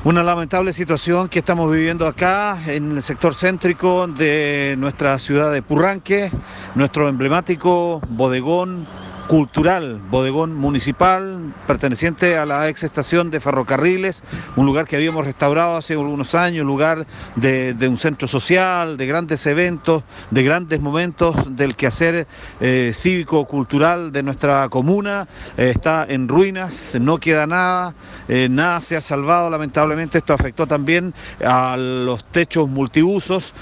Una lamentable situación que estamos viviendo acá en el sector céntrico de nuestra ciudad de Purranque, nuestro emblemático bodegón cultural, bodegón municipal, perteneciente a la ex estación de ferrocarriles, un lugar que habíamos restaurado hace algunos años, lugar de un centro social, de grandes eventos, de grandes momentos del quehacer cívico-cultural de nuestra comuna. Está en ruinas, no queda nada, nada se ha salvado lamentablemente. Esto afectó también a los techos multiusos.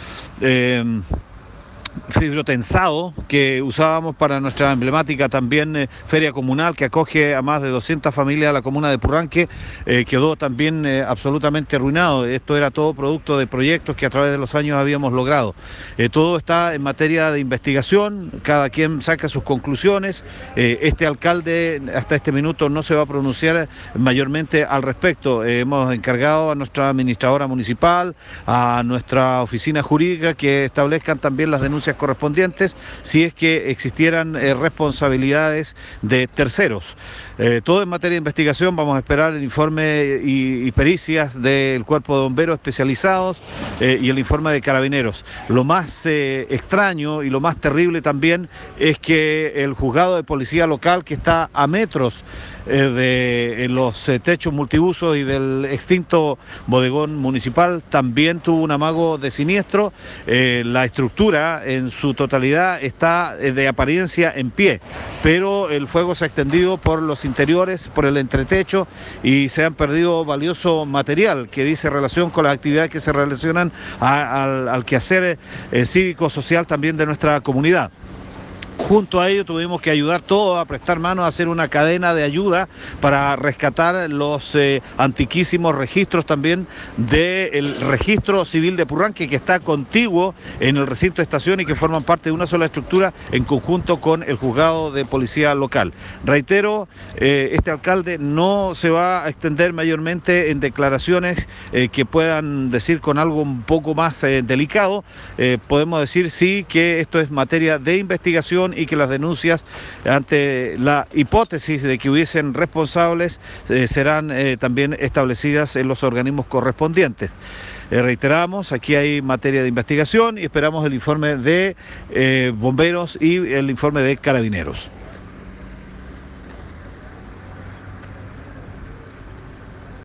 Fibrotensado que usábamos para nuestra emblemática también feria comunal que acoge a más de 200 familias de la comuna de Purranque, quedó también absolutamente arruinado. Esto era todo producto de proyectos que a través de los años habíamos logrado. Todo está en materia de investigación, cada quien saca sus conclusiones. Este alcalde hasta este minuto no se va a pronunciar mayormente al respecto. Hemos encargado a nuestra administradora municipal, a nuestra oficina jurídica que establezcan también las denuncias correspondientes si es que existieran responsabilidades de terceros. Todo en materia de investigación. Vamos a esperar el informe y pericias del cuerpo de bomberos especializados y el informe de carabineros. Lo más extraño y lo más terrible también es que el juzgado de policía local, que está a metros de los techos multiusos y del extinto bodegón municipal, también tuvo un amago de siniestro. La estructura en su totalidad está de apariencia en pie, pero el fuego se ha extendido por los interiores, por el entretecho, y se han perdido valioso material que dice relación con las actividades que se relacionan al quehacer cívico-social también de nuestra comunidad. Junto a ello tuvimos que ayudar todos a prestar mano a hacer una cadena de ayuda para rescatar los antiquísimos registros también del registro civil de Purranque, que está contiguo en el recinto de estación y que forman parte de una sola estructura en conjunto con el juzgado de policía local. Reitero, este alcalde no se va a extender mayormente en declaraciones que puedan decir con algo un poco más delicado. Podemos decir sí que esto es materia de investigación y que las denuncias ante la hipótesis de que hubiesen responsables serán también establecidas en los organismos correspondientes. Reiteramos, aquí hay materia de investigación y esperamos el informe de bomberos y el informe de carabineros.